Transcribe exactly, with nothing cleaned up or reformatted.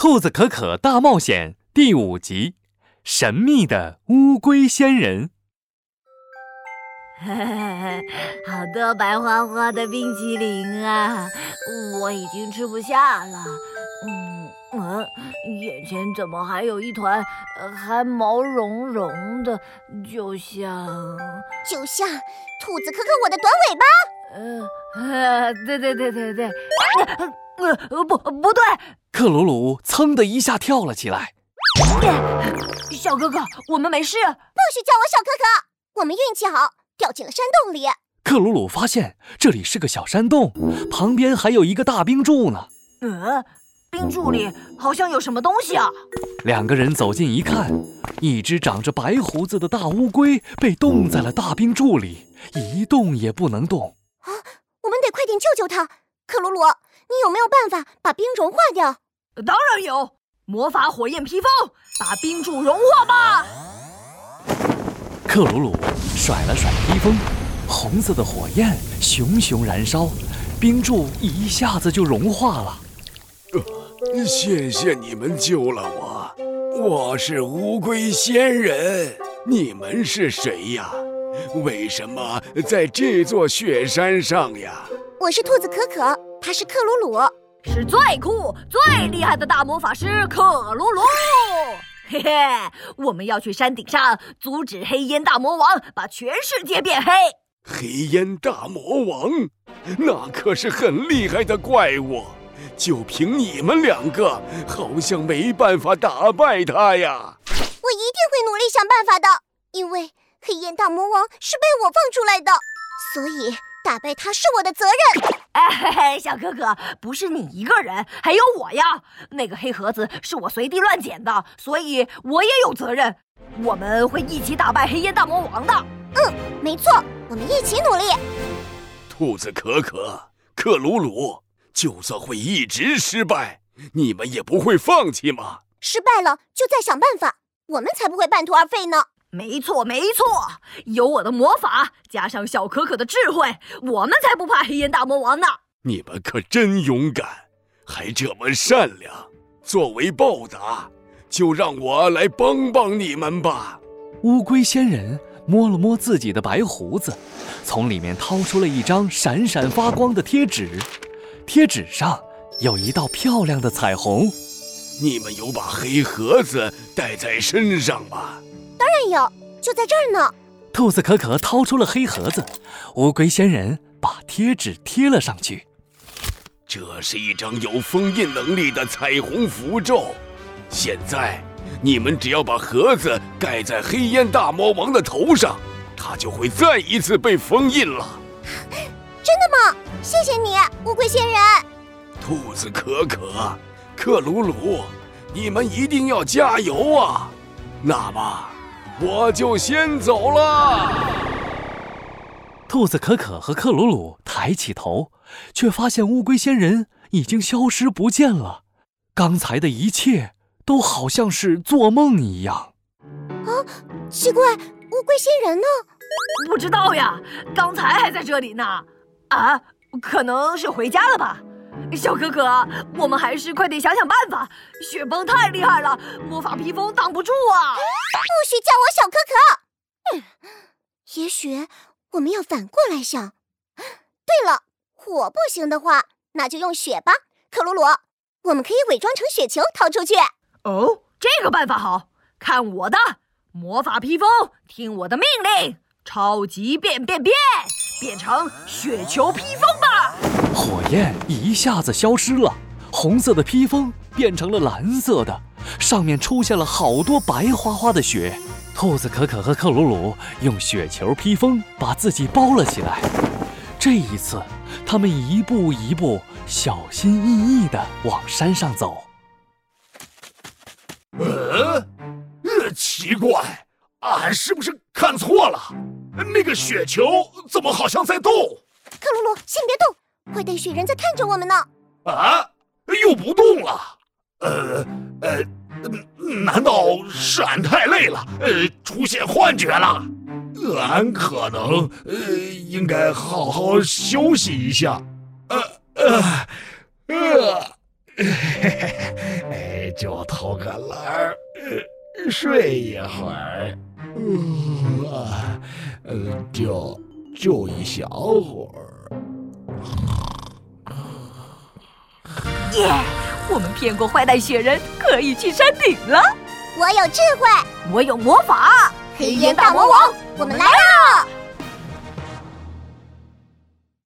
兔子可可大冒险》第五集：神秘的乌龟仙人。 好多白花花的冰淇淋啊，我已经吃不下了。嗯嗯，眼前怎么还有一团呃还毛茸茸的，就像就像兔子可可我的短尾巴。 呃呃，对对对对对，呃呃不不对。 克鲁鲁噌的一下跳了起来。 小可可，我们没事。 不许叫我小可可，我们运气好，掉进了山洞里。 克鲁鲁发现这里是个小山洞，旁边还有一个大冰柱呢。 嗯，冰柱里好像有什么东西啊。 两个人走近一看，一只长着白胡子的大乌龟被冻在了大冰柱里，一动也不能动。 啊，我们得快点救救它。克鲁鲁，你有没有办法把冰融化掉？ 当然有，魔法火焰披风，把冰柱融化吧。 克鲁鲁甩了甩披风，红色的火焰熊熊燃烧，冰柱一下子就融化了。 呃，谢谢你们救了我，我是乌龟仙人。你们是谁呀？为什么在这座雪山上呀？ 我是兔子可可，他是克鲁鲁， 是最酷最厉害的大魔法师克鲁鲁。嘿嘿，我们要去山顶上阻止黑烟大魔王把全世界变黑。 黑烟大魔王，那可是很厉害的怪物，就凭你们两个，好像没办法打败他呀。 我一定会努力想办法的，因为黑烟大魔王是被我放出来的，所以打败他是我的责任。 哎，小可可，不是你一个人，还有我呀。那个黑盒子是我随地乱捡的，所以我也有责任。我们会一起打败黑烟大魔王的。 嗯，没错，我们一起努力。 兔子可可、克鲁鲁，就算会一直失败，你们也不会放弃吗？ 失败了就再想办法，我们才不会半途而废呢。 没错没错，有我的魔法加上小可可的智慧，我们才不怕黑烟大魔王呢。 你们可真勇敢，还这么善良。作为报答，就让我来帮帮你们吧。 乌龟仙人摸了摸自己的白胡子，从里面掏出了一张闪闪发光的贴纸，贴纸上有一道漂亮的彩虹。 你们有把黑盒子带在身上吗？ 当然有，就在这儿呢。 兔子可可掏出了黑盒子，乌龟仙人把贴纸贴了上去。 这是一张有封印能力的彩虹符咒，现在你们只要把盒子盖在黑烟大魔王的头上，他就会再一次被封印了。 真的吗？谢谢你，乌龟仙人。 兔子可可、克鲁鲁，你们一定要加油啊！那么我就先走了。 兔子可可和克鲁鲁抬起头，却发现乌龟仙人已经消失不见了。刚才的一切都好像是做梦一样。 啊，奇怪，乌龟仙人呢？ 不知道呀，刚才还在这里呢。啊，可能是回家了吧。小可可，我们还是快点想想办法，雪崩太厉害了，魔法披风挡不住啊。 不许叫我小可可。嗯，也许我们要反过来想。对了，火不行的话，那就用雪吧。克鲁鲁，我们可以伪装成雪球逃出去。 哦，这个办法好，看我的魔法披风，听我的命令，超级变变变，变成雪球披风吧。 火焰一下子消失了，红色的披风变成了蓝色的，上面出现了好多白花花的雪。兔子可可和克鲁鲁用雪球披风把自己包了起来。这一次，他们一步一步小心翼翼地往山上走。 呃，呃，奇怪，俺是不是看错了？那个雪球怎么好像在动？ 克鲁鲁，先别动，坏蛋雪人在看着我们呢。 啊，又不动了。呃呃，难道是俺太累了，呃，出现幻觉了？俺可能呃应该好好休息一下。呃呃呃，哎， 就偷个懒儿，呃，睡一会儿，嗯啊，呃，就就一小会儿。 耶！我们骗过坏蛋雪人，可以去山顶了。 我有智慧， 我有魔法， 黑烟大魔王，我们来了！